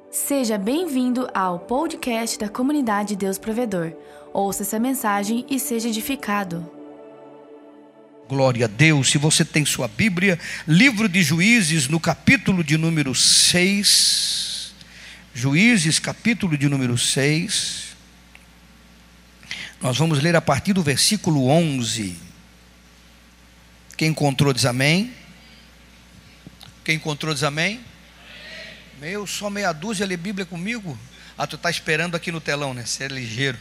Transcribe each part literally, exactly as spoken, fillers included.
Seja bem-vindo ao podcast da Comunidade Deus Provedor. Ouça essa mensagem e seja edificado. Glória a Deus. Se você tem sua Bíblia, livro de Juízes, no capítulo de número seis. Juízes, capítulo de número seis. Nós vamos ler a partir do versículo onze. Quem encontrou diz amém. Quem encontrou diz amém. Meu, só meia dúzia lê Bíblia comigo? Ah, tu está esperando aqui no telão, né? Você é ligeiro.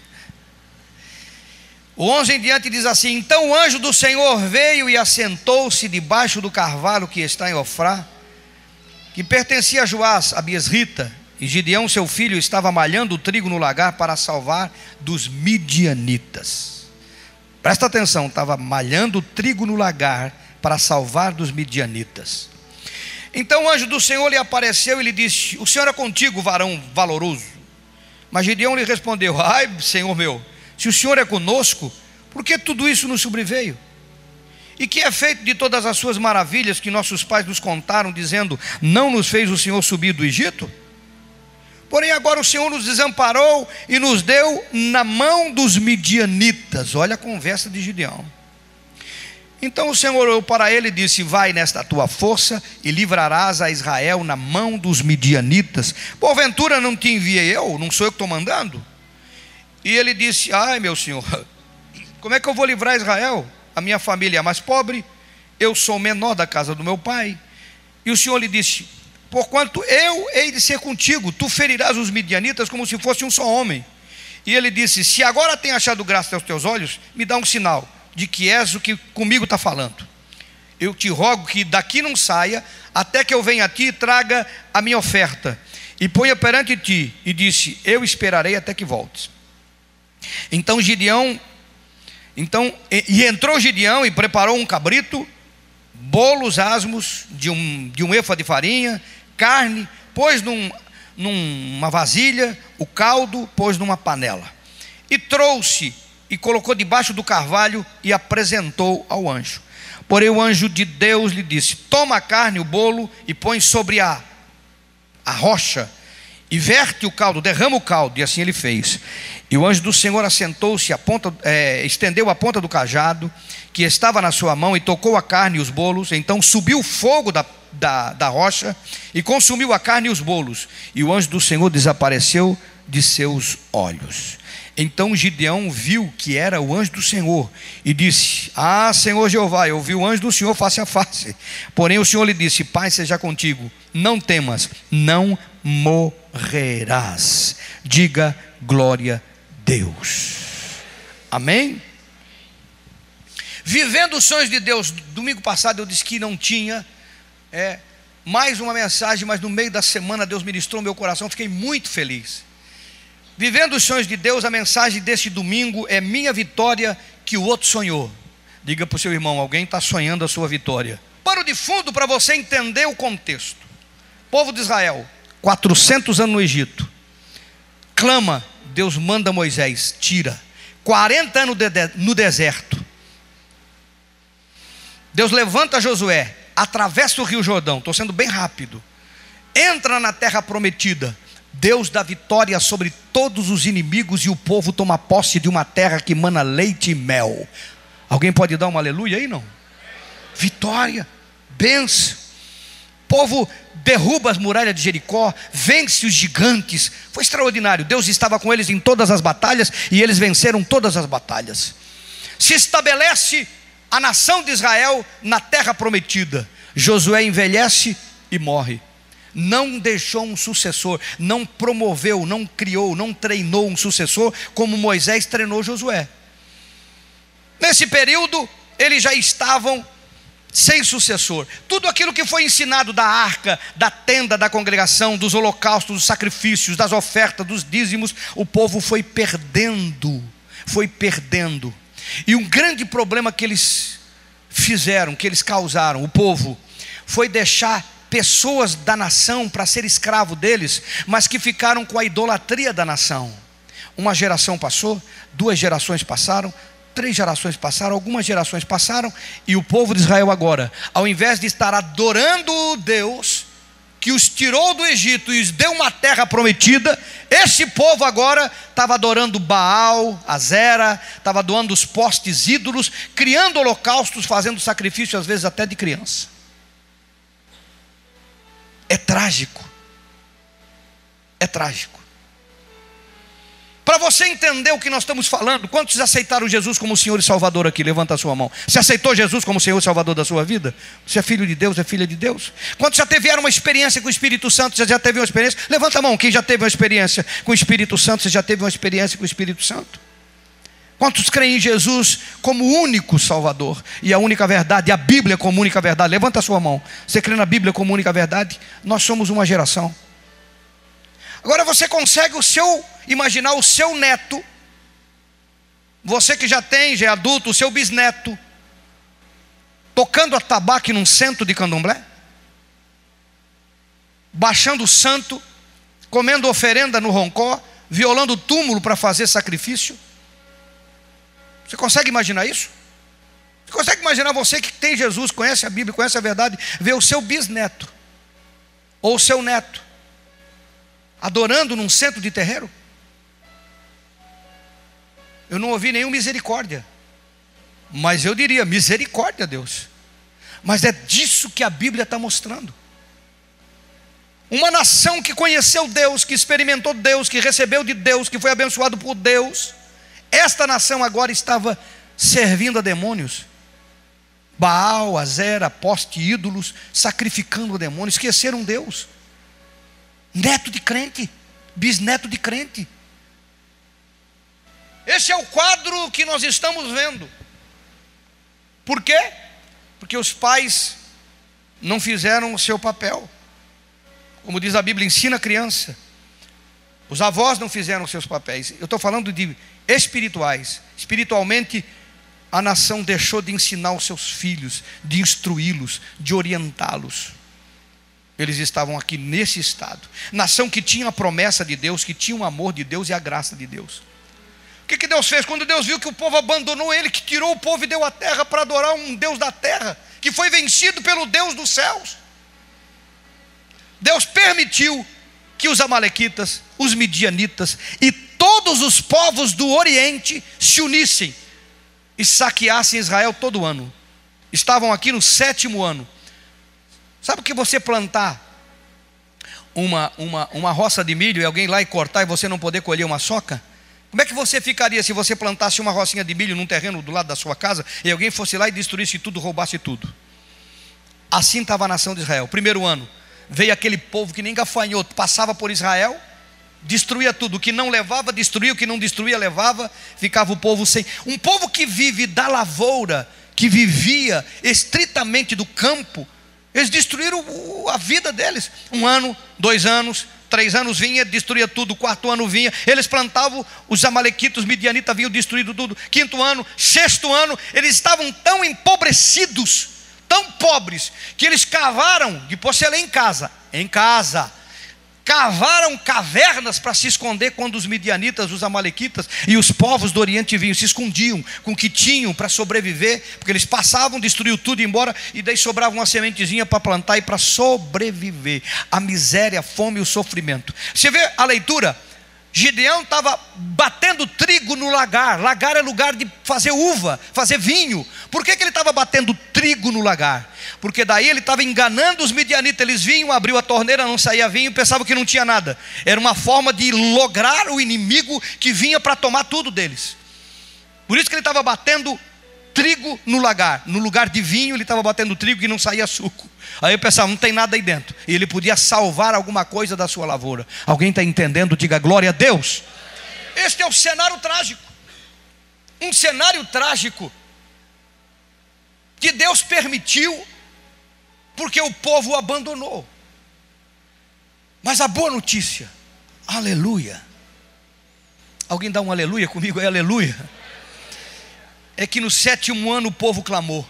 O onze em diante diz assim: então o anjo do Senhor veio e assentou-se debaixo do carvalho que está em Ofrá, que pertencia a Joás, a Biesrita, e Gideão seu filho estava malhando o trigo no lagar para salvar dos midianitas. Presta atenção, estava malhando o trigo no lagar para salvar dos midianitas. Então o anjo do Senhor lhe apareceu e lhe disse: o Senhor é contigo, varão valoroso. Mas Gideão lhe respondeu: ai, Senhor meu, se o Senhor é conosco, por que tudo isso nos sobreveio? E que é feito de todas as suas maravilhas que nossos pais nos contaram, dizendo: não nos fez o Senhor subir do Egito? Porém agora o Senhor nos desamparou e nos deu na mão dos midianitas. Olha a conversa de Gideão. Então o Senhor olhou para ele e disse: vai nesta tua força e livrarás a Israel na mão dos midianitas. Porventura não te enviei eu? Não sou eu que estou mandando? E ele disse: ai, meu senhor, como é que eu vou livrar Israel? A minha família é a mais pobre, eu sou o menor da casa do meu pai. E o Senhor lhe disse: porquanto eu hei de ser contigo, tu ferirás os midianitas como se fosse um só homem. E ele disse: se agora tem achado graça aos teus olhos, me dá um sinal de que és o que comigo está falando. Eu te rogo que daqui não saia, até que eu venha a ti e traga a minha oferta, e ponha perante ti. E disse: eu esperarei até que voltes. Então Gideão, então, e, e entrou Gideão e preparou um cabrito, bolos asmos de um, de um efa de farinha, carne, pôs num, numa vasilha, o caldo pôs numa panela, e trouxe e colocou debaixo do carvalho e apresentou ao anjo. Porém o anjo de Deus lhe disse: toma a carne, o bolo, e põe sobre a, a rocha, e verte o caldo, derrama o caldo. E assim ele fez. E o anjo do Senhor assentou-se, a ponta, é, estendeu a ponta do cajado que estava na sua mão, e tocou a carne e os bolos. Então subiu o fogo da, da, da rocha, e consumiu a carne e os bolos, e o anjo do Senhor desapareceu de seus olhos. Então Gideão viu que era o anjo do Senhor, e disse: ah, Senhor Jeová, eu vi o anjo do Senhor face a face. Porém o Senhor lhe disse: paz seja contigo, não temas, não morrerás. Diga glória a Deus. Amém? Vivendo os sonhos de Deus. Domingo passado eu disse que não tinha é, mais uma mensagem, mas no meio da semana Deus ministrou meu coração, fiquei muito feliz. Vivendo os sonhos de Deus, a mensagem deste domingo é: minha vitória que o outro sonhou. Diga para o seu irmão: alguém está sonhando a sua vitória. Pano de fundo para você entender o contexto. Povo de Israel, quatrocentos anos no Egito, clama, Deus manda Moisés, tira. quarenta anos no deserto, Deus levanta Josué, atravessa o rio Jordão, estou sendo bem rápido, entra na terra prometida. Deus dá vitória sobre todos os inimigos, e o povo toma posse de uma terra que mana leite e mel. Alguém pode dar um aleluia aí, não? Vitória, bênção. O povo derruba as muralhas de Jericó, vence os gigantes. Foi extraordinário. Deus estava com eles em todas as batalhas, e eles venceram todas as batalhas. Se estabelece a nação de Israel na terra prometida. Josué envelhece e morre. Não deixou um sucessor, não promoveu, não criou, não treinou um sucessor como Moisés treinou Josué. Nesse período eles já estavam sem sucessor. Tudo aquilo que foi ensinado da arca, da tenda da congregação, dos holocaustos, dos sacrifícios, das ofertas, dos dízimos, o povo foi perdendo, foi perdendo. E um grande problema que eles fizeram, que eles causaram, o povo, foi deixar pessoas da nação para ser escravo deles, mas que ficaram com a idolatria da nação. Uma geração passou, duas gerações passaram, três gerações passaram, algumas gerações passaram, e o povo de Israel agora, ao invés de estar adorando Deus, que os tirou do Egito e os deu uma terra prometida, esse povo agora estava adorando Baal, Azera, estava adorando os postes ídolos, criando holocaustos, fazendo sacrifício às vezes até de criança. É trágico. É trágico. Para você entender o que nós estamos falando, quantos aceitaram Jesus como Senhor e Salvador aqui? Levanta a sua mão. Você aceitou Jesus como Senhor e Salvador da sua vida? Você é filho de Deus, é filha de Deus? Quantos já tiveram uma experiência com o Espírito Santo? Você já teve uma experiência? Levanta a mão, quem já teve uma experiência com o Espírito Santo? Você já teve uma experiência com o Espírito Santo? Quantos creem em Jesus como o único Salvador e a única verdade, a Bíblia como única verdade? Levanta a sua mão. Você crê na Bíblia como única verdade? Nós somos uma geração. Agora você consegue o seu, imaginar o seu neto, você que já tem, já é adulto, o seu bisneto, tocando a tabaco num centro de candomblé? Baixando o santo, comendo oferenda no roncó, violando o túmulo para fazer sacrifício? Você consegue imaginar isso? Você consegue imaginar você que tem Jesus, conhece a Bíblia, conhece a verdade, ver o seu bisneto, ou o seu neto, adorando num centro de terreiro? Eu não ouvi nenhuma misericórdia, mas eu diria, misericórdia, Deus. Mas é disso que a Bíblia está mostrando. Uma nação que conheceu Deus, que experimentou Deus, que recebeu de Deus, que foi abençoado por Deus. Esta nação agora estava servindo a demônios, Baal, Azera, poste, ídolos, sacrificando a demônios, esqueceram Deus. Neto de crente, bisneto de crente. Esse é o quadro que nós estamos vendo. Por quê? Porque os pais não fizeram o seu papel. Como diz a Bíblia, ensina a criança. Os avós não fizeram os seus papéis. Eu estou falando de espirituais. Espiritualmente, a nação deixou de ensinar os seus filhos, de instruí-los, de orientá-los. Eles estavam aqui nesse estado. Nação que tinha a promessa de Deus, que tinha o amor de Deus e a graça de Deus. O que, que Deus fez? Quando Deus viu que o povo abandonou Ele, que tirou o povo e deu a terra para adorar um Deus da terra, que foi vencido pelo Deus dos céus, Deus permitiu que os amalequitas, os midianitas e todos os povos do Oriente se unissem e saqueassem Israel todo ano. Estavam aqui no sétimo ano. Sabe o que você plantar uma, uma, uma roça de milho e alguém lá e cortar e você não poder colher uma soca? Como é que você ficaria se você plantasse uma rocinha de milho num terreno do lado da sua casa e alguém fosse lá e destruísse tudo, roubasse tudo? Assim estava a nação de Israel. Primeiro ano, veio aquele povo que nem gafanhoto, passava por Israel, destruía tudo. O que não levava, destruía. O que não destruía, levava. Ficava o povo sem. Um povo que vive da lavoura, que vivia estritamente do campo, eles destruíram a vida deles. Um ano, dois anos, três anos vinha, destruía tudo. Quarto ano vinha, eles plantavam, os amalequitas, os midianitas vinham, destruído tudo. Quinto ano, sexto ano, eles estavam tão empobrecidos, tão pobres, que eles cavaram, depois você lê em casa, em casa, cavaram cavernas para se esconder quando os midianitas, os amalequitas e os povos do Oriente vinham, se escondiam com o que tinham para sobreviver, porque eles passavam, destruíam tudo e iam embora, e daí sobrava uma sementezinha para plantar e para sobreviver. A miséria, a fome e o sofrimento. Você vê a leitura? Gideão estava batendo trigo no lagar. Lagar é lugar de fazer uva, fazer vinho. Por que, que ele estava batendo trigo no lagar? Porque daí ele estava enganando os midianitas. Eles vinham, abriu a torneira, não saía vinho, pensavam que não tinha nada. Era uma forma de lograr o inimigo que vinha para tomar tudo deles. Por isso que ele estava batendo trigo no lagar. No lugar de vinho ele estava batendo trigo e não saía suco. Aí eu pensava, não tem nada aí dentro. E ele podia salvar alguma coisa da sua lavoura. Alguém está entendendo? Diga glória a Deus. Este é o cenário trágico. Um cenário trágico que Deus permitiu porque o povo o abandonou. Mas a boa notícia, aleluia. Alguém dá um aleluia comigo aí, aleluia. É que no sétimo ano o povo clamou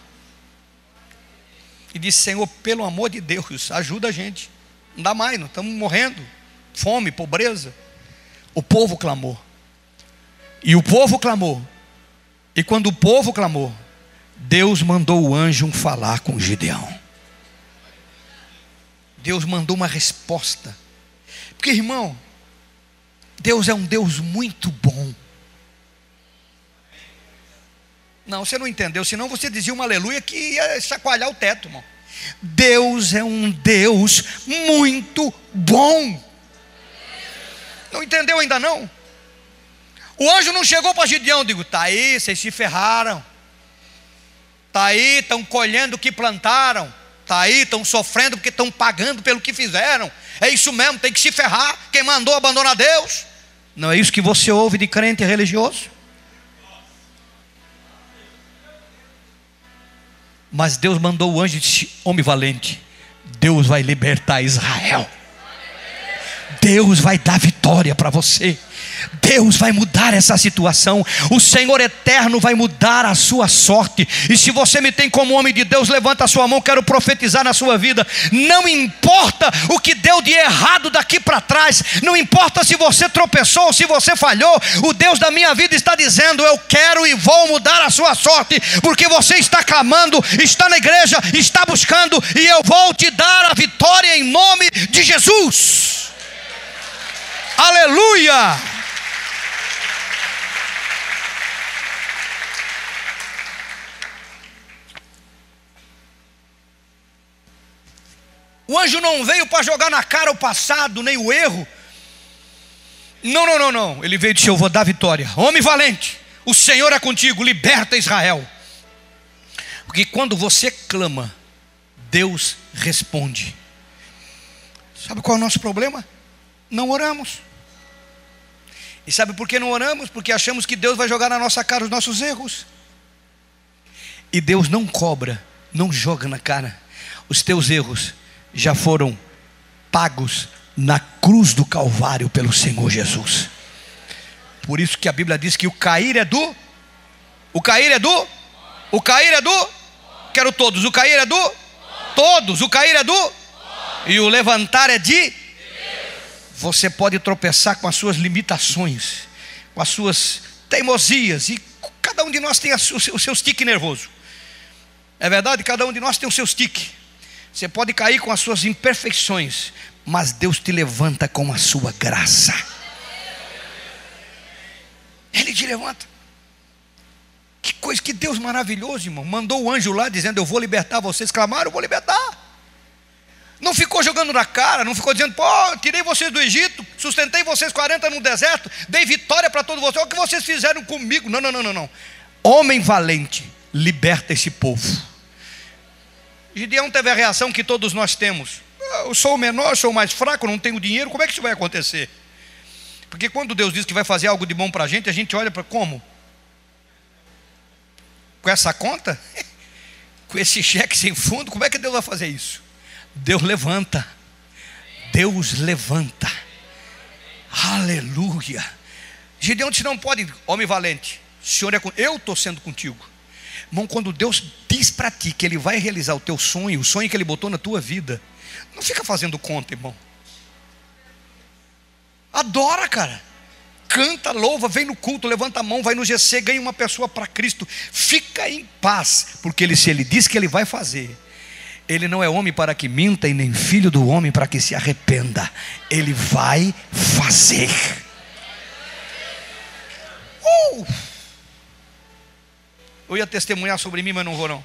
e disse: Senhor, pelo amor de Deus, ajuda a gente, não dá mais, nós estamos morrendo, fome, pobreza. O povo clamou, e o povo clamou, e quando o povo clamou, Deus mandou o anjo falar com Gideão. Deus mandou uma resposta. Porque, irmão, Deus é um Deus muito bom. Não, você não entendeu, senão você dizia uma aleluia que ia chacoalhar o teto, irmão. Deus é um Deus muito bom. Não entendeu ainda não? O anjo não chegou para Gideão, digo, tá aí, vocês se ferraram. Tá aí, estão colhendo o que plantaram. Tá aí, estão sofrendo porque estão pagando pelo que fizeram. É isso mesmo, tem que se ferrar. Quem mandou abandonar Deus? Não é isso que você ouve de crente religioso? Mas Deus mandou o anjo e disse, homem valente, Deus vai libertar Israel. Deus vai dar vitória para você. Deus vai mudar essa situação. O Senhor eterno vai mudar a sua sorte. E se você me tem como homem de Deus, levanta a sua mão, quero profetizar na sua vida. Não importa o que deu de errado daqui para trás, não importa se você tropeçou ou se você falhou, o Deus da minha vida está dizendo, eu quero e vou mudar a sua sorte, porque você está clamando, está na igreja, está buscando, e eu vou te dar a vitória em nome de Jesus. Aleluia! O anjo não veio para jogar na cara o passado, nem o erro. Não, não, não, não. Ele veio e disse, eu vou dar vitória. Homem valente, o Senhor é contigo, liberta Israel. Porque quando você clama, Deus responde. Sabe qual é o nosso problema? Não oramos. E sabe por que não oramos? Porque achamos que Deus vai jogar na nossa cara os nossos erros. E Deus não cobra, não joga na cara. Os teus erros já foram pagos na cruz do Calvário pelo Senhor Jesus. Por isso que a Bíblia diz que o cair é do O cair é do O cair é do Quero todos, o cair é do Todos, o cair é do E o levantar é de Você pode tropeçar com as suas limitações, com as suas teimosias, e cada um de nós tem o seu tique nervoso. É verdade? Cada um de nós tem o seu tique. Você pode cair com as suas imperfeições, mas Deus te levanta com a sua graça. Ele te levanta. Que coisa, que Deus maravilhoso, irmão. Mandou o anjo lá dizendo, eu vou libertar vocês. Clamaram, eu vou libertar. Não ficou jogando na cara, não ficou dizendo, pô, tirei vocês do Egito, sustentei vocês quarenta no deserto, dei vitória para todos vocês, olha o que vocês fizeram comigo. Não, não, não, não, não. Homem valente, liberta esse povo. Gideão teve a reação que todos nós temos. Eu sou o menor, sou o mais fraco, não tenho dinheiro, como é que isso vai acontecer? Porque quando Deus diz que vai fazer algo de bom para a gente, a gente olha para como? Com essa conta? Com esse cheque sem fundo, como é que Deus vai fazer isso? Deus levanta. Deus levanta. Aleluia. Gideão disse, não pode, homem valente, o Senhor é com... eu estou sendo contigo. Irmão, quando Deus diz para ti que Ele vai realizar o teu sonho, o sonho que Ele botou na tua vida, não fica fazendo conta, irmão. Adora, cara. Canta, louva, vem no culto, levanta a mão, vai no G C, ganha uma pessoa para Cristo. Fica em paz, porque ele, se Ele diz que Ele vai fazer, Ele não é homem para que minta, e nem filho do homem para que se arrependa. Ele vai fazer. Uh! Eu ia testemunhar sobre mim, mas não vou não.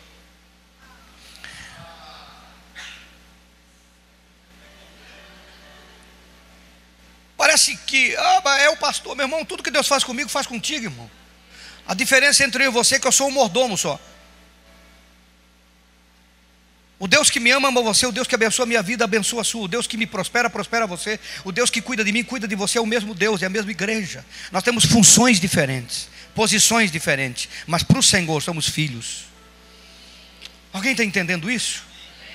Parece que ah, é o pastor, meu irmão, tudo que Deus faz comigo, faz contigo, irmão. A diferença entre eu e você é que eu sou um mordomo só. O Deus que me ama, ama você. O Deus que abençoa a minha vida, abençoa a sua. O Deus que me prospera, prospera você. O Deus que cuida de mim, cuida de você. É o mesmo Deus, é a mesma igreja. Nós temos funções diferentes, posições diferentes, mas para o Senhor somos filhos. Alguém está entendendo isso?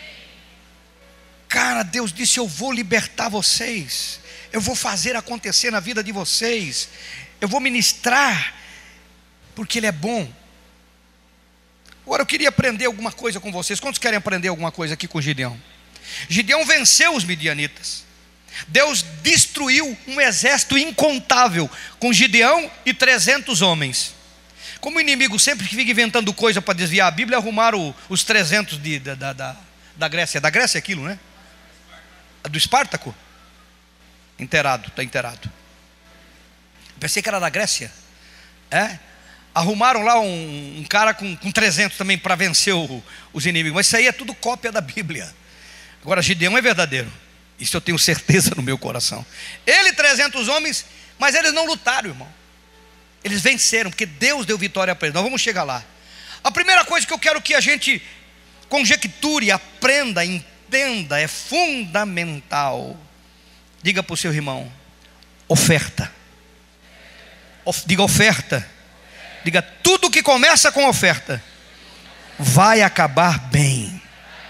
Cara, Deus disse, eu vou libertar vocês, eu vou fazer acontecer na vida de vocês, eu vou ministrar, porque Ele é bom. Agora eu queria aprender alguma coisa com vocês. Quantos querem aprender alguma coisa aqui com Gideão? Gideão venceu os midianitas. Deus destruiu um exército incontável com Gideão e trezentos homens. Como o inimigo sempre fica inventando coisa para desviar a Bíblia, arrumaram os trezentos de, da, da, da Grécia. Da Grécia é aquilo, né? A do Espartaco? Inteirado, está inteirado. Pensei que era da Grécia. É? Arrumaram lá um, um cara com, com trezentos também para vencer o, os inimigos. Mas isso aí é tudo cópia da Bíblia. Agora, Gideão é verdadeiro. Isso eu tenho certeza no meu coração. Ele, trezentos homens, mas eles não lutaram, irmão. Eles venceram, porque Deus deu vitória para eles. Nós vamos chegar lá. A primeira coisa que eu quero que a gente conjecture, aprenda, entenda, é fundamental. Diga para o seu irmão: oferta. Of, diga oferta. Diga: tudo que começa com oferta vai acabar bem.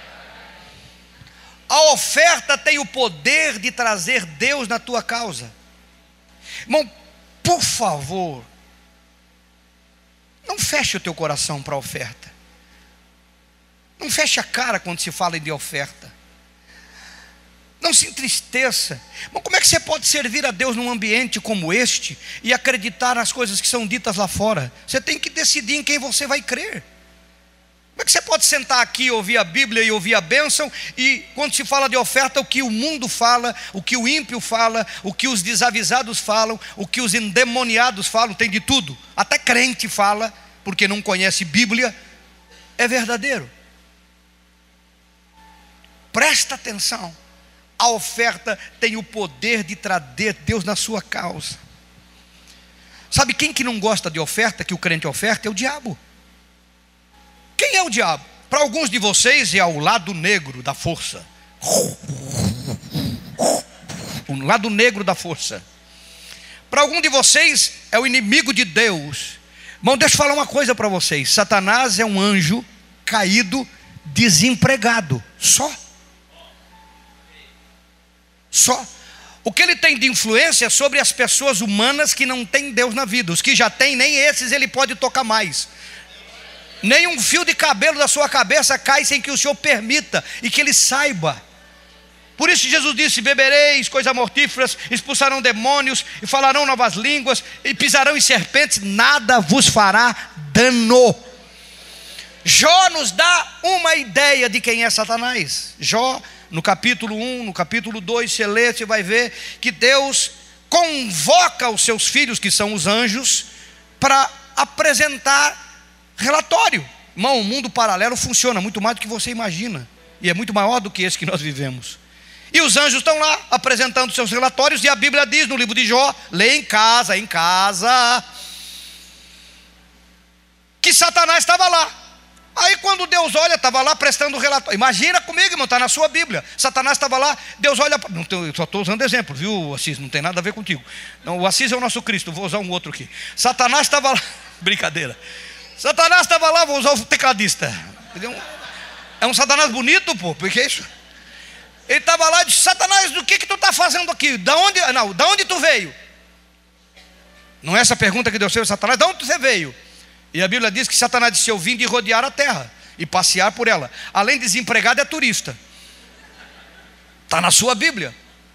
A oferta tem o poder de trazer Deus na tua causa. Irmão, por favor, não feche o teu coração para a oferta. Não feche a cara quando se fala de oferta. Não se entristeça. Mas como é que você pode servir a Deus num ambiente como este e acreditar nas coisas que são ditas lá fora? Você tem que decidir em quem você vai crer. Como é que você pode sentar aqui e ouvir a Bíblia e ouvir a bênção, e quando se fala de oferta, o que o mundo fala, o que o ímpio fala, o que os desavisados falam, o que os endemoniados falam, tem de tudo. Até crente fala, porque não conhece Bíblia, é verdadeiro. Presta atenção. A oferta tem o poder de trazer Deus na sua causa. Sabe quem que não gosta de oferta, que o crente oferta? É o diabo. Quem é o diabo? Para alguns de vocês é o lado negro da força. O lado negro da força. Para alguns de vocês é o inimigo de Deus. Irmão, deixa eu falar uma coisa para vocês. Satanás é um anjo caído, desempregado. Só. Só. O que ele tem de influência é sobre as pessoas humanas que não têm Deus na vida. Os que já têm, nem esses ele pode tocar mais. Nem um fio de cabelo da sua cabeça cai sem que o Senhor permita e que ele saiba. Por isso Jesus disse: bebereis coisas mortíferas, expulsarão demônios e falarão novas línguas e pisarão em serpentes, nada vos fará dano. Jó nos dá uma ideia de quem é Satanás. Jó, no capítulo um, no capítulo dois, você lê, você vai ver que Deus convoca os seus filhos, que são os anjos, para apresentar relatório. Irmão, o mundo paralelo funciona muito mais do que você imagina, e é muito maior do que esse que nós vivemos. E os anjos estão lá apresentando seus relatórios, e a Bíblia diz no livro de Jó, lê em casa, em casa, que Satanás estava lá. Aí quando Deus olha, estava lá prestando relatório. Imagina comigo, irmão, está na sua Bíblia. Satanás estava lá, Deus olha, não, eu só estou usando exemplo, viu, Assis, não tem nada a ver contigo. Não, o Assis é o nosso Cristo, vou usar um outro aqui. Satanás estava lá, brincadeira. Satanás estava lá, vou usar o tecladista. É um Satanás bonito, pô, porque isso. Ele estava lá e disse: Satanás, o que que tu está fazendo aqui? Da onde, não, da onde tu veio? Não é essa a pergunta que Deus fez a Satanás: da onde você veio? E a Bíblia diz que Satanás disse: eu vim de rodear a terra e passear por ela. Além de desempregado, é turista. Está na sua Bíblia.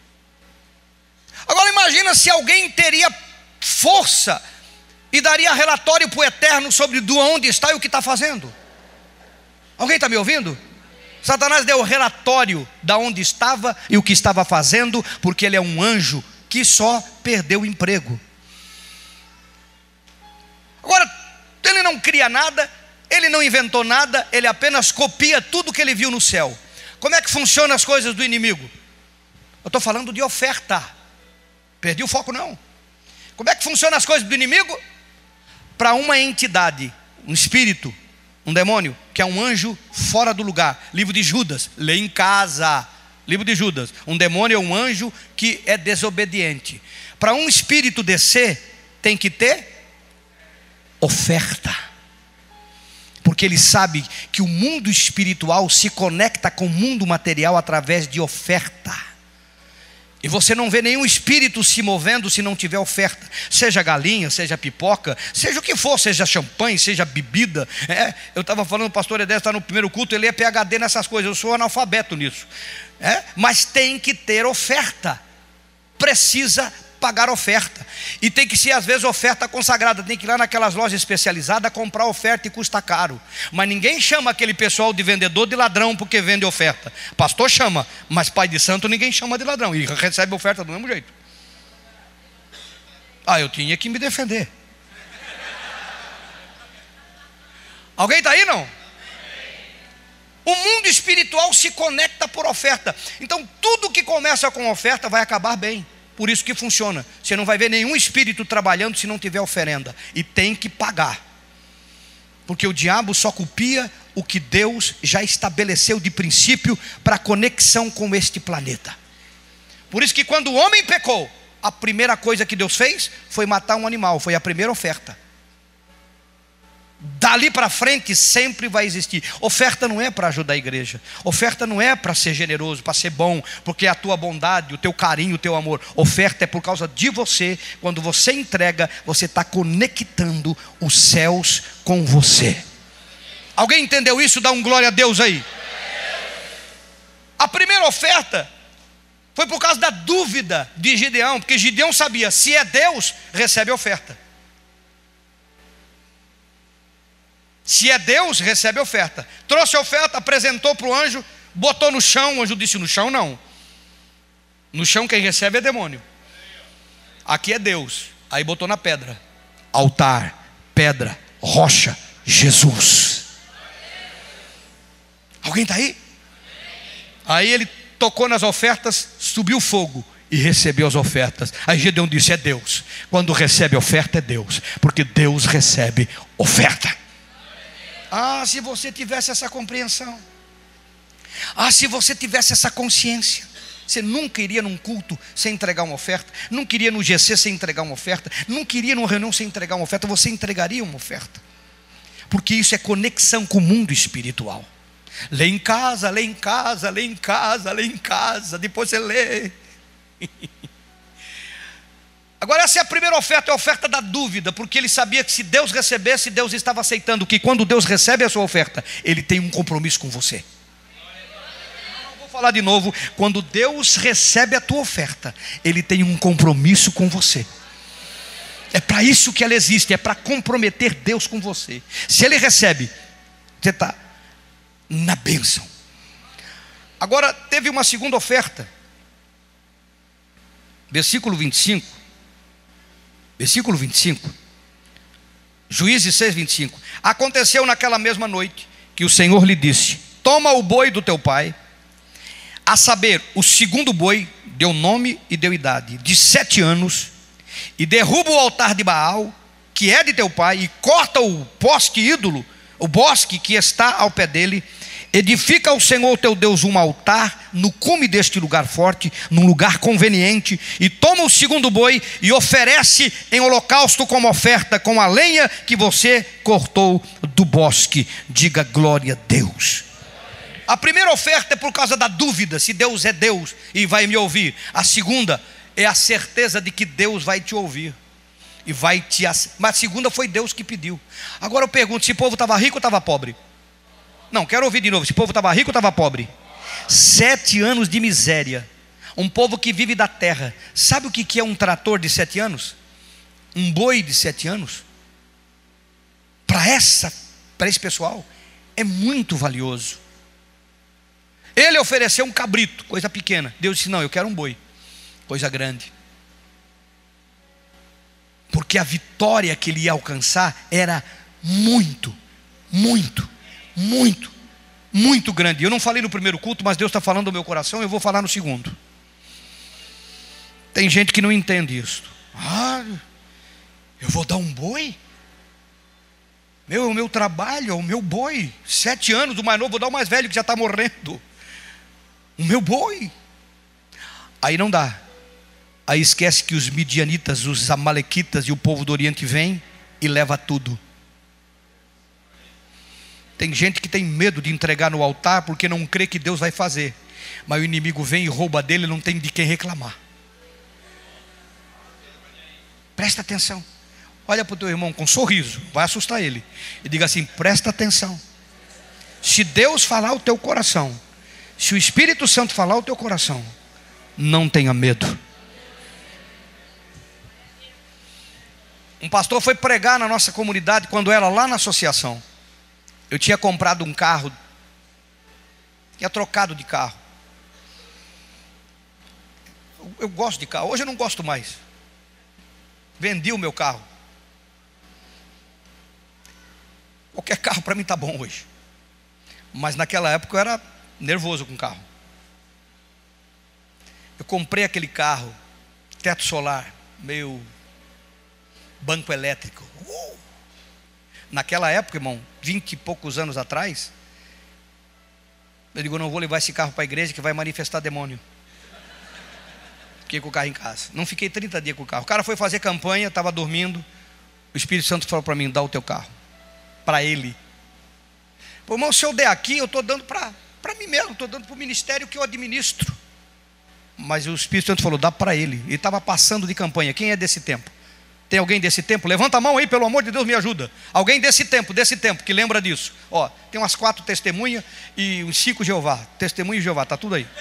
Agora imagina se alguém teria força e daria relatório para o Eterno sobre do onde está e o que está fazendo. Alguém está me ouvindo? Satanás deu o relatório da onde estava e o que estava fazendo, porque ele é um anjo que só perdeu o emprego. Agora, ele não cria nada, ele não inventou nada, ele apenas copia tudo que ele viu no céu. Como é que funcionam as coisas do inimigo? Eu estou falando de oferta. Perdi o foco não. Como é que funcionam as coisas do inimigo? Para uma entidade, um espírito, um demônio, que é um anjo fora do lugar. Livro de Judas, lê em casa. Livro de Judas. Um demônio é um anjo que é desobediente. Para um espírito descer, tem que ter oferta. Porque ele sabe que o mundo espiritual se conecta com o mundo material através de oferta. E você não vê nenhum espírito se movendo se não tiver oferta. Seja galinha, seja pipoca, seja o que for, seja champanhe, seja bebida. É, eu estava falando, o pastor Edésio está no primeiro culto, ele é P H D nessas coisas, eu sou analfabeto nisso. É, mas tem que ter oferta. Precisa pagar oferta. E tem que ser às vezes oferta consagrada. Tem que ir lá naquelas lojas especializadas comprar oferta e custa caro. Mas ninguém chama aquele pessoal de vendedor de ladrão porque vende oferta. Pastor chama, mas pai de santo ninguém chama de ladrão. E recebe oferta do mesmo jeito. Ah, eu tinha que me defender. Alguém está aí não? O mundo espiritual se conecta por oferta. Então tudo que começa com oferta vai acabar bem. Por isso que funciona. Você não vai ver nenhum espírito trabalhando se não tiver oferenda. E tem que pagar. Porque o diabo só copia o que Deus já estabeleceu de princípio para conexão com este planeta. Por isso que quando o homem pecou, a primeira coisa que Deus fez foi matar um animal. Foi a primeira oferta. Dali para frente sempre vai existir. Oferta não é para ajudar a igreja. Oferta não é para ser generoso, para ser bom, porque é a tua bondade, o teu carinho, o teu amor. Oferta é por causa de você. Quando você entrega, você está conectando os céus com você. Alguém entendeu isso? Dá um glória a Deus aí. A primeira oferta foi por causa da dúvida de Gideão, porque Gideão sabia, se é Deus, recebe a oferta. Se é Deus, recebe a oferta. Trouxe a oferta, apresentou para o anjo, botou no chão. O anjo disse: no chão não. No chão quem recebe é demônio. Aqui é Deus. Aí botou na pedra. Altar, pedra, rocha, Jesus. Alguém está aí? Aí ele tocou nas ofertas, subiu fogo e recebeu as ofertas. Aí Gideão disse: é Deus. Quando recebe oferta é Deus, porque Deus recebe oferta. Ah, se você tivesse essa compreensão. Ah, se você tivesse essa consciência. Você nunca iria num culto sem entregar uma oferta. Nunca iria no G C sem entregar uma oferta. Nunca iria numa reunião sem entregar uma oferta. Você entregaria uma oferta. Porque isso é conexão com o mundo espiritual. Lê em casa, lê em casa, lê em casa, lê em casa. Depois você lê. Agora essa é a primeira oferta, é a oferta da dúvida, porque ele sabia que se Deus recebesse, Deus estava aceitando, que quando Deus recebe a sua oferta, Ele tem um compromisso com você. Eu vou falar de novo, quando Deus recebe a tua oferta, Ele tem um compromisso com você. É para isso que ela existe, é para comprometer Deus com você. Se Ele recebe, você está na bênção. Agora teve uma segunda oferta, versículo vinte e cinco. Versículo vinte e cinco, Juízes seis, vinte e cinco. Aconteceu naquela mesma noite que o Senhor lhe disse: toma o boi do teu pai, a saber, o segundo boi, deu nome e deu idade, de sete anos, e derruba o altar de Baal, que é de teu pai, e corta o poste ídolo, o bosque que está ao pé dele. Edifica ao Senhor teu Deus um altar no cume deste lugar forte, num lugar conveniente, e toma o segundo boi e oferece em holocausto como oferta, com a lenha que você cortou do bosque. Diga glória a Deus. A primeira oferta é por causa da dúvida, se Deus é Deus e vai me ouvir. A segunda é a certeza de que Deus vai te ouvir e vai te... Mas a segunda foi Deus que pediu. Agora eu pergunto, se o povo estava rico ou estava pobre? Não, quero ouvir de novo. Esse povo estava rico ou estava pobre? Sete anos de miséria. Um povo que vive da terra. Sabe o que é um trator de sete anos? Um boi de sete anos? Para essa, para esse pessoal, é muito valioso. Ele ofereceu um cabrito, coisa pequena. Deus disse: não, eu quero um boi, coisa grande. Porque a vitória que ele ia alcançar era muito, muito, muito, muito grande. Eu não falei no primeiro culto, mas Deus está falando no meu coração, eu vou falar no segundo. Tem gente que não entende isso. Ah, eu vou dar um boi? Meu, o meu trabalho é o meu boi. Sete anos, o mais novo, vou dar o mais velho que já está morrendo. O meu boi. Aí não dá. Aí esquece que os midianitas, os amalequitas e o povo do Oriente vêm e leva tudo. Tem gente que tem medo de entregar no altar porque não crê que Deus vai fazer. Mas o inimigo vem e rouba dele, não tem de quem reclamar. Presta atenção. Olha para o teu irmão com um sorriso, vai assustar ele. E diga assim: presta atenção. Se Deus falar o teu coração, se o Espírito Santo falar o teu coração, não tenha medo. Um pastor foi pregar na nossa comunidade quando era lá na associação. Eu tinha comprado um carro, tinha trocado de carro. Eu, eu gosto de carro, hoje eu não gosto mais. Vendi o meu carro. Qualquer carro para mim está bom hoje. Mas naquela época eu era nervoso com carro. Eu comprei aquele carro, teto solar, meio banco elétrico. Uh! Naquela época, irmão, vinte e poucos anos atrás, eu digo, não vou levar esse carro para a igreja que vai manifestar demônio. Fiquei com o carro em casa. Não fiquei trinta dias com o carro. O cara foi fazer campanha, estava dormindo. O Espírito Santo falou para mim, dá o teu carro. Para ele. Pô, irmão, se eu der aqui, eu estou dando para mim mesmo. Estou dando para o ministério que eu administro. Mas o Espírito Santo falou, dá para ele. Ele estava passando de campanha. Quem é desse tempo? Tem alguém desse tempo? Levanta a mão aí, pelo amor de Deus, me ajuda. Alguém desse tempo, desse tempo, que lembra disso. Ó, tem umas quatro testemunhas e uns cinco Jeová. Testemunha de Jeová, está tudo aí.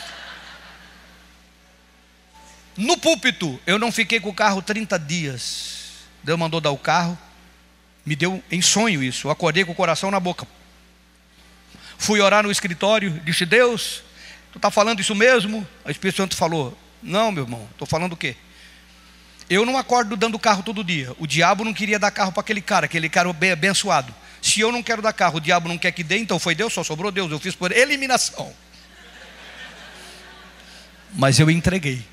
No púlpito, eu não fiquei com o carro trinta dias. Deus mandou dar o carro. Me deu em sonho isso. Eu acordei com o coração na boca. Fui orar no escritório. Disse, Deus, tu está falando isso mesmo? O Espírito Santo falou, não, meu irmão, estou falando o quê? Eu não acordo dando carro todo dia. O diabo não queria dar carro para aquele cara, aquele cara bem abençoado. Se eu não quero dar carro, o diabo não quer que dê, então foi Deus, só sobrou Deus. Eu fiz por eliminação. Mas eu entreguei.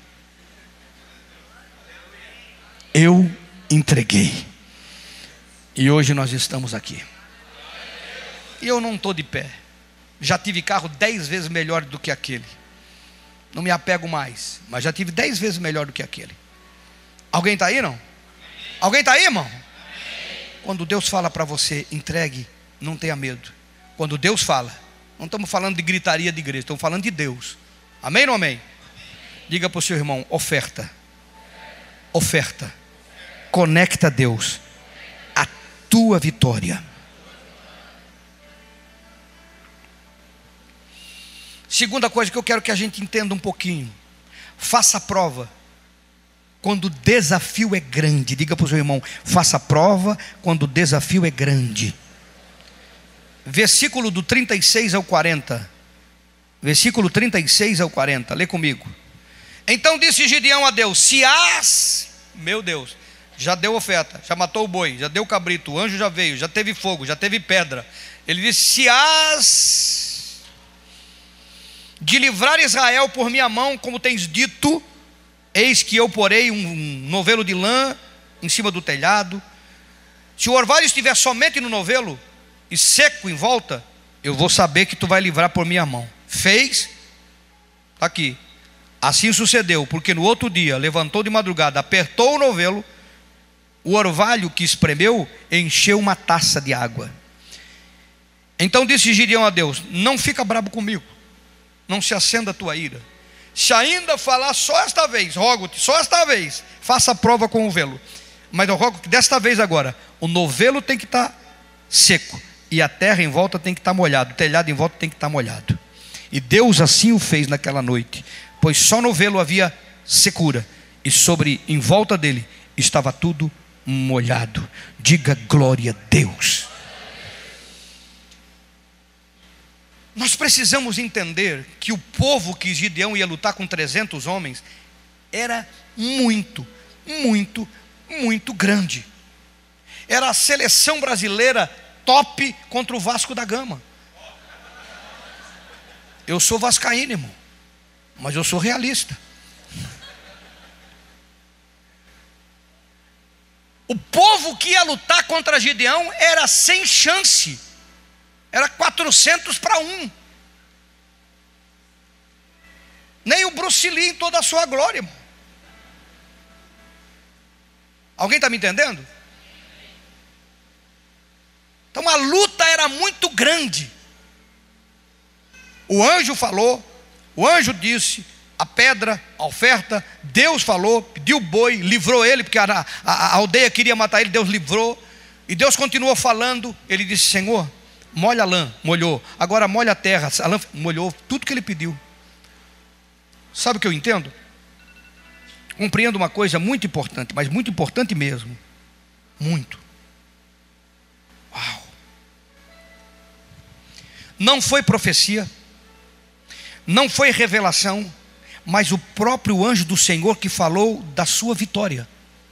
Eu entreguei. E hoje nós estamos aqui. E eu não estou de pé. Já tive carro dez vezes melhor do que aquele. Não me apego mais, mas já tive dez vezes melhor do que aquele. Alguém está aí, não? Amém. Alguém está aí, irmão? Amém. Quando Deus fala para você, entregue, não tenha medo. Quando Deus fala, não estamos falando de gritaria de igreja, estamos falando de Deus. Amém ou não amém? Amém. Diga para o seu irmão, oferta. Oferta. Conecta a Deus. A tua vitória. Segunda coisa que eu quero que a gente entenda um pouquinho. Faça a prova quando o desafio é grande. Diga para o seu irmão, faça a prova quando o desafio é grande. Versículo do trinta e seis ao quarenta. Versículo trinta e seis ao quarenta. Lê comigo. Então disse Gideão a Deus, se has, meu Deus, já deu oferta, já matou o boi, já deu o cabrito, o anjo já veio, já teve fogo, já teve pedra. Ele disse, se has de livrar Israel por minha mão, como tens dito, eis que eu porei um novelo de lã em cima do telhado. Se o orvalho estiver somente no novelo e seco em volta, eu vou saber que tu vai livrar por minha mão. Fez, está aqui. Assim sucedeu, porque no outro dia levantou de madrugada, apertou o novelo, o orvalho que espremeu encheu uma taça de água. Então disse Gideão a Deus, não fica bravo comigo, não se acenda a tua ira. Se ainda falar só esta vez, rogo-te, só esta vez, faça a prova com o velo. Mas eu rogo que desta vez agora, o novelo tem que estar seco, e a terra em volta tem que estar molhada, o telhado em volta tem que estar molhado. E Deus assim o fez naquela noite, pois só no velo havia secura, e sobre, em volta dele, estava tudo molhado. Diga glória a Deus. Nós precisamos entender que o povo que Gideão ia lutar com trezentos homens era muito, muito, muito grande. Era a seleção brasileira top contra o Vasco da Gama. Eu sou vascaíno, irmão, mas eu sou realista. O povo que ia lutar contra Gideão era sem chance. Era quatrocentos para um. Nem o Bruce Lee em toda a sua glória, irmão. Alguém está me entendendo? Então a luta era muito grande. O anjo falou, o anjo disse, a pedra, a oferta, Deus falou, pediu o boi, livrou ele, porque a, a, a aldeia queria matar ele, Deus livrou. E Deus continuou falando, ele disse, Senhor, molha a lã, molhou. Agora molha a terra, a lã molhou, tudo que ele pediu. Sabe o que eu entendo? Compreendo uma coisa muito importante, mas muito importante mesmo. muito. Uau! Não foi profecia, não foi revelação, mas o próprio anjo do Senhor que falou da sua vitória.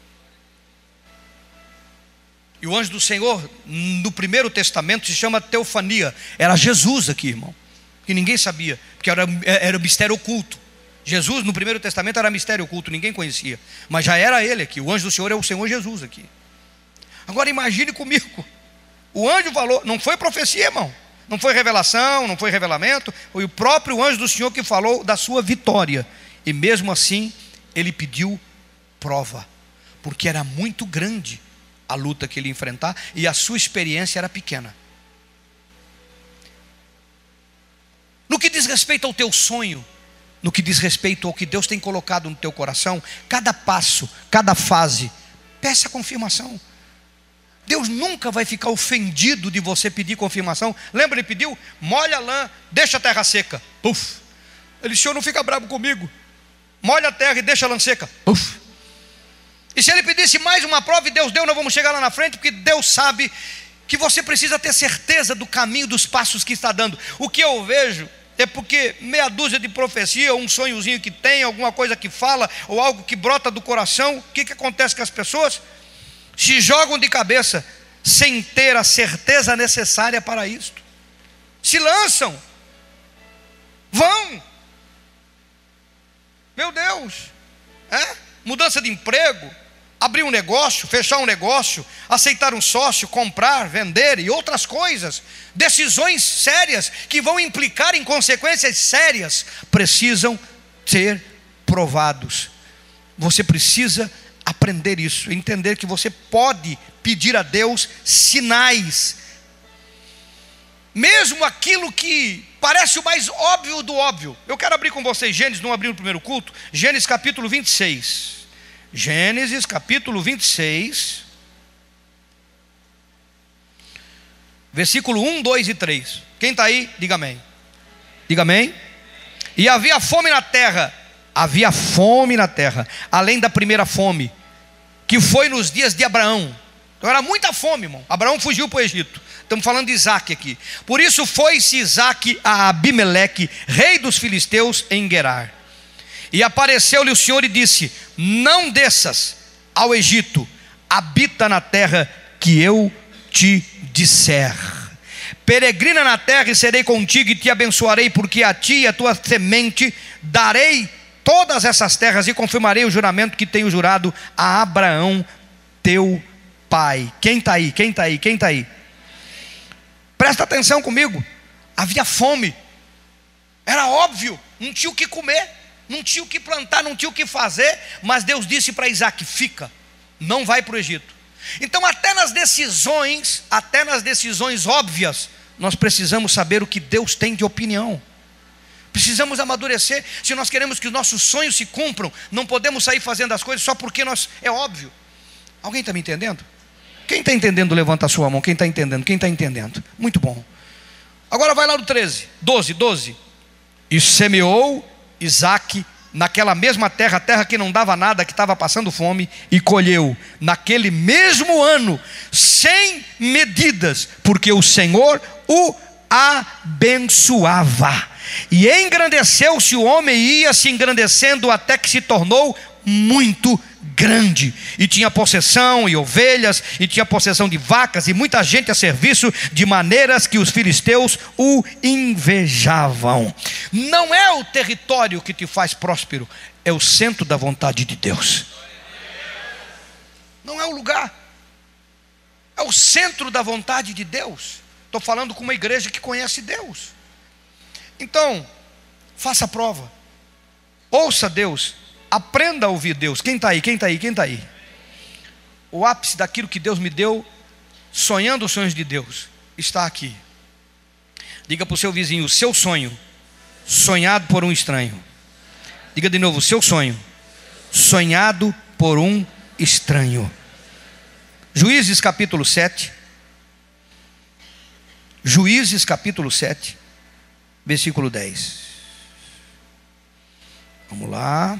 E o anjo do Senhor, no Primeiro Testamento, se chama teofania. Era Jesus aqui, irmão, que ninguém sabia, porque era, era mistério oculto. Jesus no Primeiro Testamento era mistério oculto, ninguém conhecia, mas já era ele aqui. O anjo do Senhor é o Senhor Jesus aqui. Agora imagine comigo, o anjo falou, não foi profecia, irmão, não foi revelação, não foi revelamento, foi o próprio anjo do Senhor que falou da sua vitória. E mesmo assim ele pediu prova, porque era muito grande a luta que ele ia enfrentar e a sua experiência era pequena. No que diz respeito ao teu sonho, no que diz respeito ao que Deus tem colocado no teu coração, cada passo, cada fase, peça confirmação. Deus nunca vai ficar ofendido de você pedir confirmação. Lembra, ele pediu, molha a lã, deixa a terra seca. Puf. Ele disse, o Senhor não fica bravo comigo, molha a terra e deixa a lã seca. Puf. E se ele pedisse mais uma prova e Deus deu, nós vamos chegar lá na frente, porque Deus sabe que você precisa ter certeza do caminho, dos passos que está dando. O que eu vejo é porque meia dúzia de profecia, um sonhozinho que tem, alguma coisa que fala, ou algo que brota do coração, o que, que acontece com as pessoas? Se jogam de cabeça, sem ter a certeza necessária para isto. Se lançam, vão. Meu Deus, é? Mudança de emprego, abrir um negócio, fechar um negócio, aceitar um sócio, comprar, vender e outras coisas, decisões sérias que vão implicar em consequências sérias, precisam ser provados. Você precisa aprender isso, entender que você pode pedir a Deus sinais, mesmo aquilo que parece o mais óbvio do óbvio. Eu quero abrir com vocês Gênesis, não abri no primeiro culto, Gênesis capítulo vinte e seis. Gênesis capítulo vinte e seis, versículo um, dois e três. Quem está aí, diga amém. Diga amém. E havia fome na terra, havia fome na terra, além da primeira fome, que foi nos dias de Abraão. Então era muita fome, irmão. Abraão fugiu para o Egito. Estamos falando de Isaac aqui. Por isso foi-se Isaac a Abimeleque, rei dos filisteus, em Gerar. E apareceu-lhe o Senhor e disse, não desças ao Egito, habita na terra que eu te disser. Peregrina na terra e serei contigo e te abençoarei, porque a ti e a tua semente darei todas essas terras e confirmarei o juramento que tenho jurado a Abraão teu pai. Quem está aí? Quem está aí? Quem está aí? Presta atenção comigo. Havia fome, era óbvio, não tinha o que comer, não tinha o que plantar, não tinha o que fazer, mas Deus disse para Isaac, fica, não vai para o Egito. Então até nas decisões, até nas decisões óbvias, nós precisamos saber o que Deus tem de opinião. Precisamos amadurecer. Se nós queremos que os nossos sonhos se cumpram, não podemos sair fazendo as coisas só porque nós, é óbvio. Alguém está me entendendo? Quem está entendendo, levanta a sua mão. Quem está entendendo? Quem está entendendo? Muito bom. Agora vai lá no treze, doze, doze. E semeou Isaac naquela mesma terra, terra que não dava nada, que estava passando fome, e colheu naquele mesmo ano, sem medidas, porque o Senhor o abençoava. E engrandeceu-se o homem, e ia se engrandecendo até que se tornou muito grande, e tinha possessão e ovelhas, e tinha possessão de vacas, e muita gente a serviço, de maneiras que os filisteus o invejavam. Não é o território que te faz próspero, é o centro da vontade de Deus. Não é o lugar, é o centro da vontade de Deus. Estou falando com uma igreja que conhece Deus. Então, faça a prova, ouça Deus, aprenda a ouvir Deus. Quem está aí? Quem está aí? Quem está aí? O ápice daquilo que Deus me deu, sonhando os sonhos de Deus, está aqui. Diga para o seu vizinho, o seu sonho, sonhado por um estranho. Diga de novo, o seu sonho, sonhado por um estranho. Juízes capítulo sete. Juízes capítulo sete, versículo dez. Vamos lá.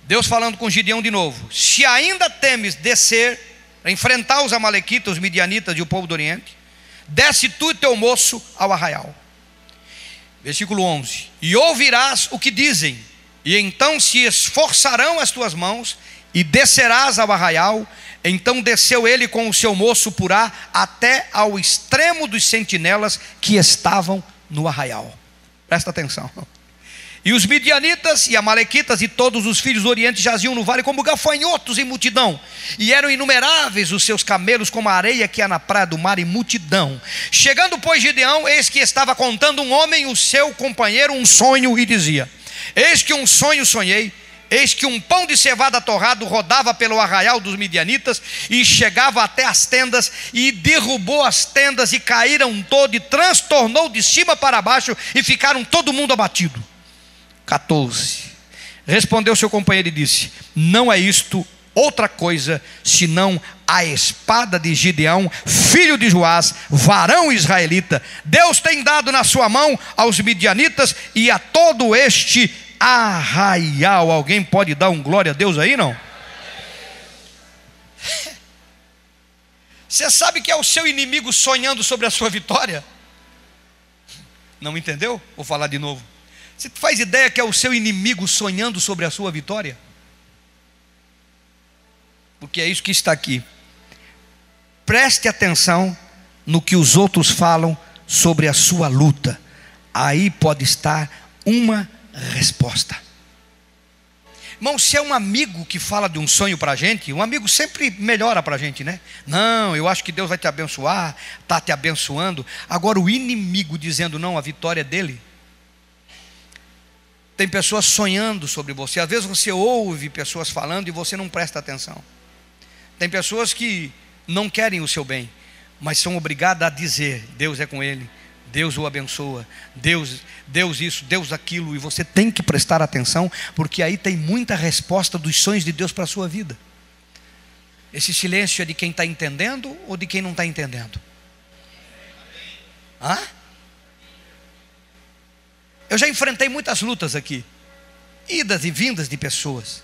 Deus falando com Gideão de novo: se ainda temes descer para enfrentar os amalequitas, os midianitas e o povo do Oriente, desce tu e teu moço ao arraial. Versículo onze: e ouvirás o que dizem, e então se esforçarão as tuas mãos, e descerás ao arraial. Então desceu ele com o seu moço Purá até ao extremo dos sentinelas que estavam no arraial. Presta atenção. E os midianitas e amalequitas e todos os filhos do Oriente jaziam no vale como gafanhotos em multidão, e eram inumeráveis os seus camelos como a areia que há na praia do mar em multidão. Chegando pois Gideão, eis que estava contando um homem, o seu companheiro, um sonho, e dizia: eis que um sonho sonhei. Eis que um pão de cevada torrado rodava pelo arraial dos midianitas e chegava até as tendas, e derrubou as tendas e caíram todo, e transtornou de cima para baixo, e ficaram todo mundo abatido. catorze. Respondeu seu companheiro e disse: não é isto outra coisa senão a espada de Gideão, filho de Joás, varão israelita. Deus tem dado na sua mão aos midianitas e a todo este arraial. Alguém pode dar um glória a Deus aí, não? Você sabe que é o seu inimigo sonhando sobre a sua vitória? Não entendeu? Vou falar de novo. Você faz ideia que é o seu inimigo sonhando sobre a sua vitória? Porque é isso que está aqui. Preste atenção no que os outros falam sobre a sua luta. Aí pode estar uma resposta. Irmão, se é um amigo que fala de um sonho para a gente, um amigo sempre melhora para a gente, né? Não, eu acho que Deus vai te abençoar, está te abençoando. Agora o inimigo dizendo: não, a vitória é dele. Tem pessoas sonhando sobre você. Às vezes você ouve pessoas falando e você não presta atenção. Tem pessoas que não querem o seu bem, mas são obrigadas a dizer: Deus é com ele, Deus o abençoa, Deus, Deus isso, Deus aquilo. E você tem que prestar atenção, porque aí tem muita resposta dos sonhos de Deus para a sua vida. Esse silêncio é de quem está entendendo ou de quem não está entendendo? Hã? Eu já enfrentei muitas lutas aqui, idas e vindas de pessoas.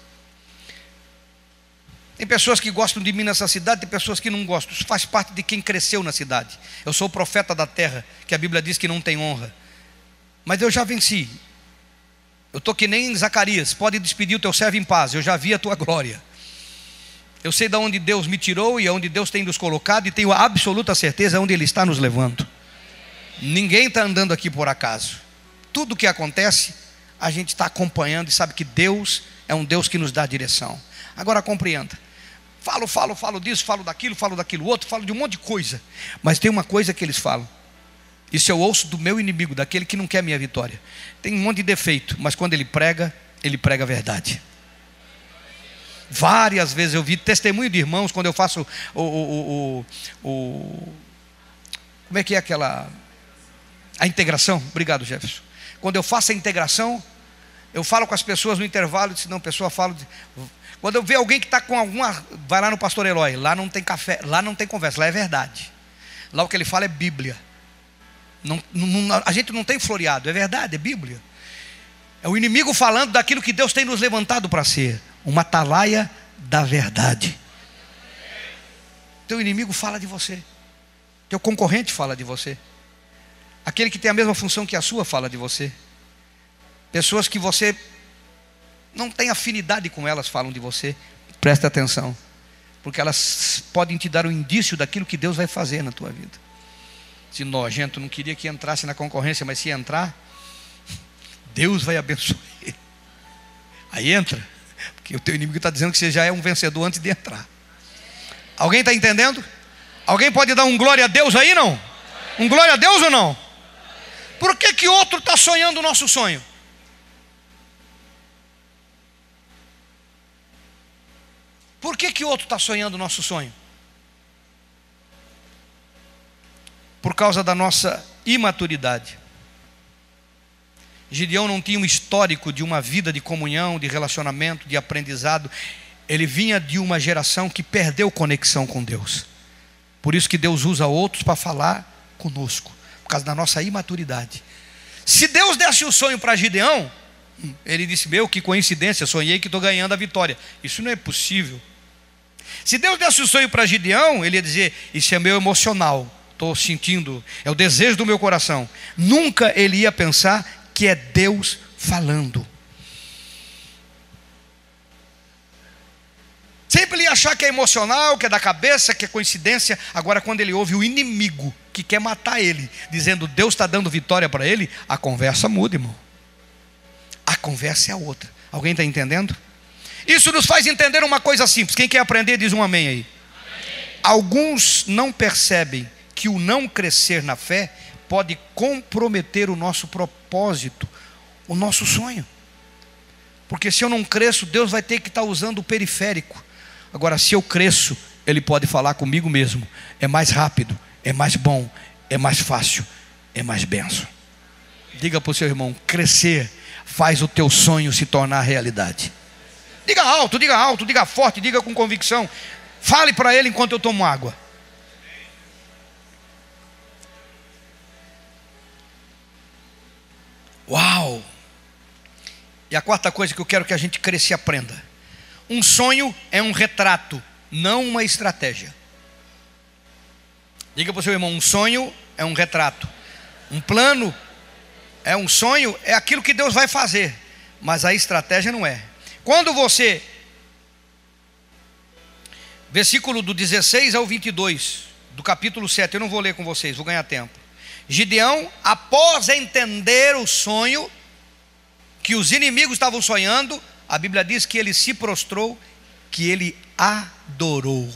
Tem pessoas que gostam de mim nessa cidade, tem pessoas que não gostam. Isso faz parte de quem cresceu na cidade. Eu sou o profeta da terra, que a Bíblia diz que não tem honra. Mas eu já venci. Eu estou que nem Zacarias: pode despedir o teu servo em paz, eu já vi a tua glória. Eu sei de onde Deus me tirou e aonde Deus tem nos colocado, e tenho a absoluta certeza onde Ele está nos levando. Ninguém está andando aqui por acaso. Tudo que acontece, a gente está acompanhando e sabe que Deus é um Deus que nos dá direção. Agora compreenda. Falo, falo, falo disso, falo daquilo, falo daquilo outro, falo de um monte de coisa. Mas tem uma coisa que eles falam. Isso eu ouço do meu inimigo, daquele que não quer minha vitória. Tem um monte de defeito, mas quando ele prega, ele prega a verdade. Várias vezes eu vi testemunho de irmãos, quando eu faço o, o, o, o como é que é aquela, a integração. Obrigado, Jefferson. Quando eu faço a integração, eu falo com as pessoas no intervalo, se não, a pessoa fala de, quando eu vejo alguém que está com alguma, vai lá no pastor Eloy, lá não tem café, lá não tem conversa, lá é verdade. Lá o que ele fala é Bíblia. Não, não, a gente não tem floreado, é verdade, é Bíblia. É o inimigo falando daquilo que Deus tem nos levantado para ser, uma atalaia da verdade. Teu inimigo fala de você, teu concorrente fala de você, aquele que tem a mesma função que a sua fala de você. Pessoas que você não tem afinidade com elas falam de você. Presta atenção, porque elas podem te dar um indício daquilo que Deus vai fazer na tua vida. Se nojento, não queria que entrasse na concorrência, mas se entrar, Deus vai abençoar ele. Aí entra, porque o teu inimigo está dizendo que você já é um vencedor antes de entrar. Alguém está entendendo? Alguém pode dar um glória a Deus aí, não? Um glória a Deus ou não? Por que que outro está sonhando o nosso sonho? Por que que outro está sonhando o nosso sonho? Por causa da nossa imaturidade. Gideão não tinha um histórico de uma vida de comunhão, de relacionamento, de aprendizado. Ele vinha de uma geração que perdeu conexão com Deus. Por isso que Deus usa outros para falar conosco, por causa da nossa imaturidade. Se Deus desse o sonho para Gideão, Ele disse: meu, que coincidência, sonhei que estou ganhando a vitória. Isso não é possível. Se Deus desse o sonho para Gideão, ele ia dizer: isso é meu emocional, estou sentindo, é o desejo do meu coração. Nunca ele ia pensar que é Deus falando. Sempre ele ia achar que é emocional, que é da cabeça, que é coincidência. Agora, quando ele ouve o inimigo que quer matar ele, dizendo Deus está dando vitória para ele, a conversa muda, irmão. A conversa é a outra. Alguém está entendendo? Isso nos faz entender uma coisa simples. Quem quer aprender diz um amém aí. Amém. Alguns não percebem que o não crescer na fé pode comprometer o nosso propósito, o nosso sonho. Porque se eu não cresço, Deus vai ter que estar usando o periférico. Agora, se eu cresço, Ele pode falar comigo mesmo. É mais rápido, é mais bom, é mais fácil, é mais benção. Diga para o seu irmão: crescer faz o teu sonho se tornar realidade. Diga alto, diga alto, diga forte, diga com convicção. Fale para ele enquanto eu tomo água. Uau! E a quarta coisa que eu quero que a gente cresça e aprenda: um sonho é um retrato, não uma estratégia. Diga para o seu irmão: um sonho é um retrato. Um plano é um sonho, é aquilo que Deus vai fazer, mas a estratégia não é. Quando você, versículo do dezesseis ao vinte e dois, do capítulo sete, eu não vou ler com vocês, vou ganhar tempo. Gideão, após entender o sonho que os inimigos estavam sonhando, a Bíblia diz que ele se prostrou, que ele adorou.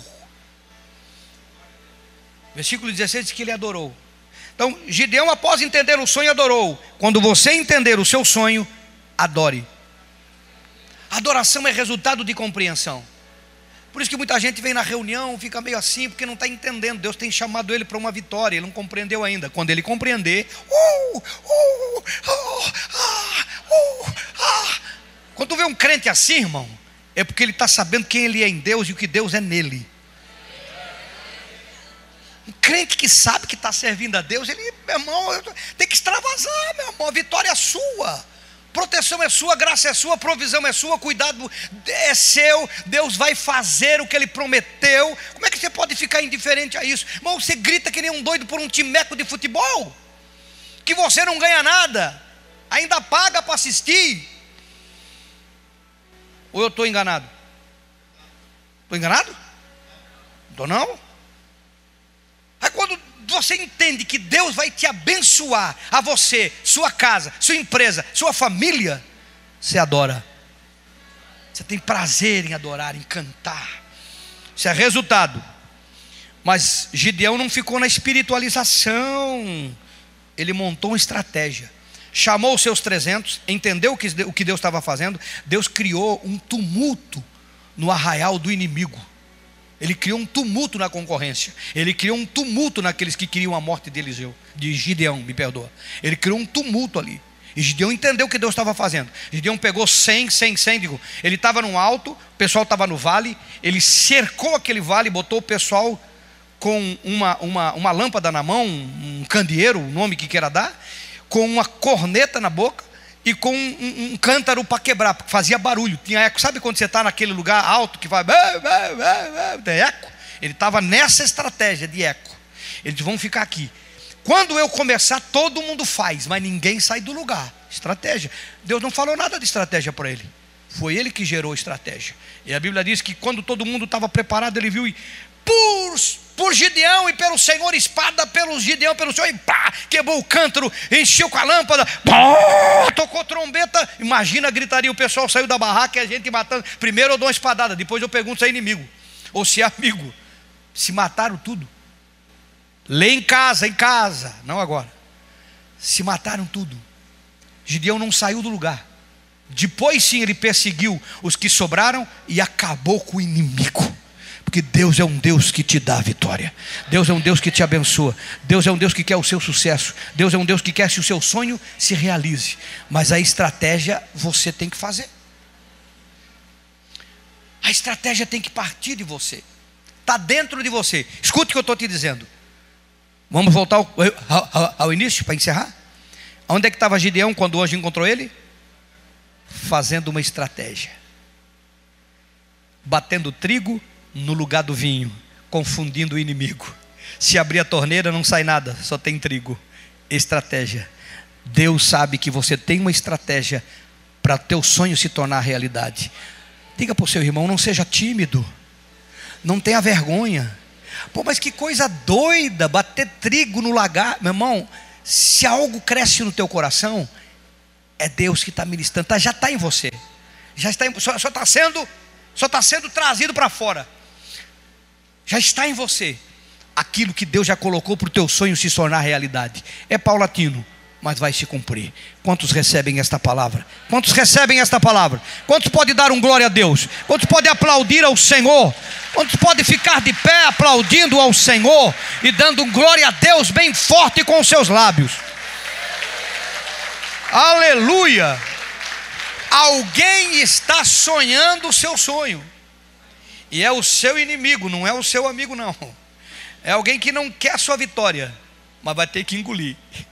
Versículo dezesseis diz que ele adorou. Então, Gideão, após entender o sonho, adorou. Quando você entender o seu sonho, adore. Adoração é resultado de compreensão. Por isso que muita gente vem na reunião, fica meio assim, porque não está entendendo. Deus tem chamado ele para uma vitória, ele não compreendeu ainda. Quando ele compreender, uh, uh, uh, ah, uh, ah. Quando tu vê um crente assim, irmão, é porque ele está sabendo quem ele é em Deus e o que Deus é nele. Um crente que sabe que está servindo a Deus, ele, meu irmão, tem que extravasar, meu irmão. A vitória é sua, proteção é sua, graça é sua, provisão é sua, cuidado é seu. Deus vai fazer o que Ele prometeu. Como é que você pode ficar indiferente a isso? Irmão, você grita que nem um doido por um timeco de futebol, que você não ganha nada, ainda paga para assistir. Ou eu estou enganado? Estou enganado? Estou não? Aí quando você entende que Deus vai te abençoar, a você, sua casa, sua empresa, sua família, você adora. Você tem prazer em adorar, em cantar. Isso é resultado. Mas Gideão não ficou na espiritualização. Ele montou uma estratégia. Chamou os seus trezentos, entendeu o que Deus estava fazendo. Deus criou um tumulto no arraial do inimigo. Ele criou um tumulto na concorrência. Ele criou um tumulto naqueles que queriam a morte de Eliseu, de Gideão, me perdoa. Ele criou um tumulto ali. E Gideão entendeu o que Deus estava fazendo. Gideão pegou cem, cem, cem, digo, ele estava no alto, o pessoal estava no vale. Ele cercou aquele vale, botou o pessoal com uma, uma, uma lâmpada na mão, um candeeiro, o nome que queira dar, com uma corneta na boca e com um, um, um cântaro para quebrar, porque fazia barulho, tinha eco. Sabe quando você está naquele lugar alto que vai, tem eco? Ele estava nessa estratégia de eco. Eles vão ficar aqui. Quando eu começar, todo mundo faz, mas ninguém sai do lugar. Estratégia. Deus não falou nada de estratégia para ele. Foi ele que gerou a estratégia. E a Bíblia diz que quando todo mundo estava preparado, ele viu e por, por Gideão e pelo Senhor, espada pelo Gideão, pelo Senhor, e pá, quebrou o cântaro, encheu com a lâmpada, pá, tocou trombeta. Imagina a gritaria, o pessoal saiu da barraca e a gente matando. Primeiro eu dou uma espadada, depois eu pergunto se é inimigo ou se é amigo. Se mataram tudo. Lê em casa, em casa, não agora. Se mataram tudo. Gideão não saiu do lugar. Depois sim ele perseguiu os que sobraram e acabou com o inimigo. Porque Deus é um Deus que te dá a vitória. Deus é um Deus que te abençoa. Deus é um Deus que quer o seu sucesso. Deus é um Deus que quer que o seu sonho se realize. Mas a estratégia você tem que fazer. A estratégia tem que partir de você. Está dentro de você. Escute o que eu estou te dizendo. Vamos voltar ao, ao, ao início para encerrar. Onde é que estava Gideão quando o anjo encontrou ele? fazendo uma estratégia, batendo trigo no lugar do vinho, confundindo o inimigo. Se abrir a torneira não sai nada, só tem trigo. Estratégia. Deus sabe que você tem uma estratégia para teu sonho se tornar realidade. Diga para o seu irmão: não seja tímido, não tenha vergonha. Pô, mas que coisa doida, bater trigo no lagar. Meu irmão, se algo cresce no teu coração, é Deus que está ministrando, tá, já está em você, já está em, só está sendo, só está sendo trazido para fora. Já está em você aquilo que Deus já colocou para o teu sonho se tornar realidade. É paulatino, mas vai se cumprir. Quantos recebem esta palavra? Quantos recebem esta palavra? Quantos podem dar um glória a Deus? Quantos podem aplaudir ao Senhor? Quantos podem ficar de pé aplaudindo ao Senhor e dando um glória a Deus bem forte com os seus lábios? Aleluia! Alguém está sonhando o seu sonho, e é o seu inimigo, não é o seu amigo não. É alguém que não quer a sua vitória, mas vai ter que engolir.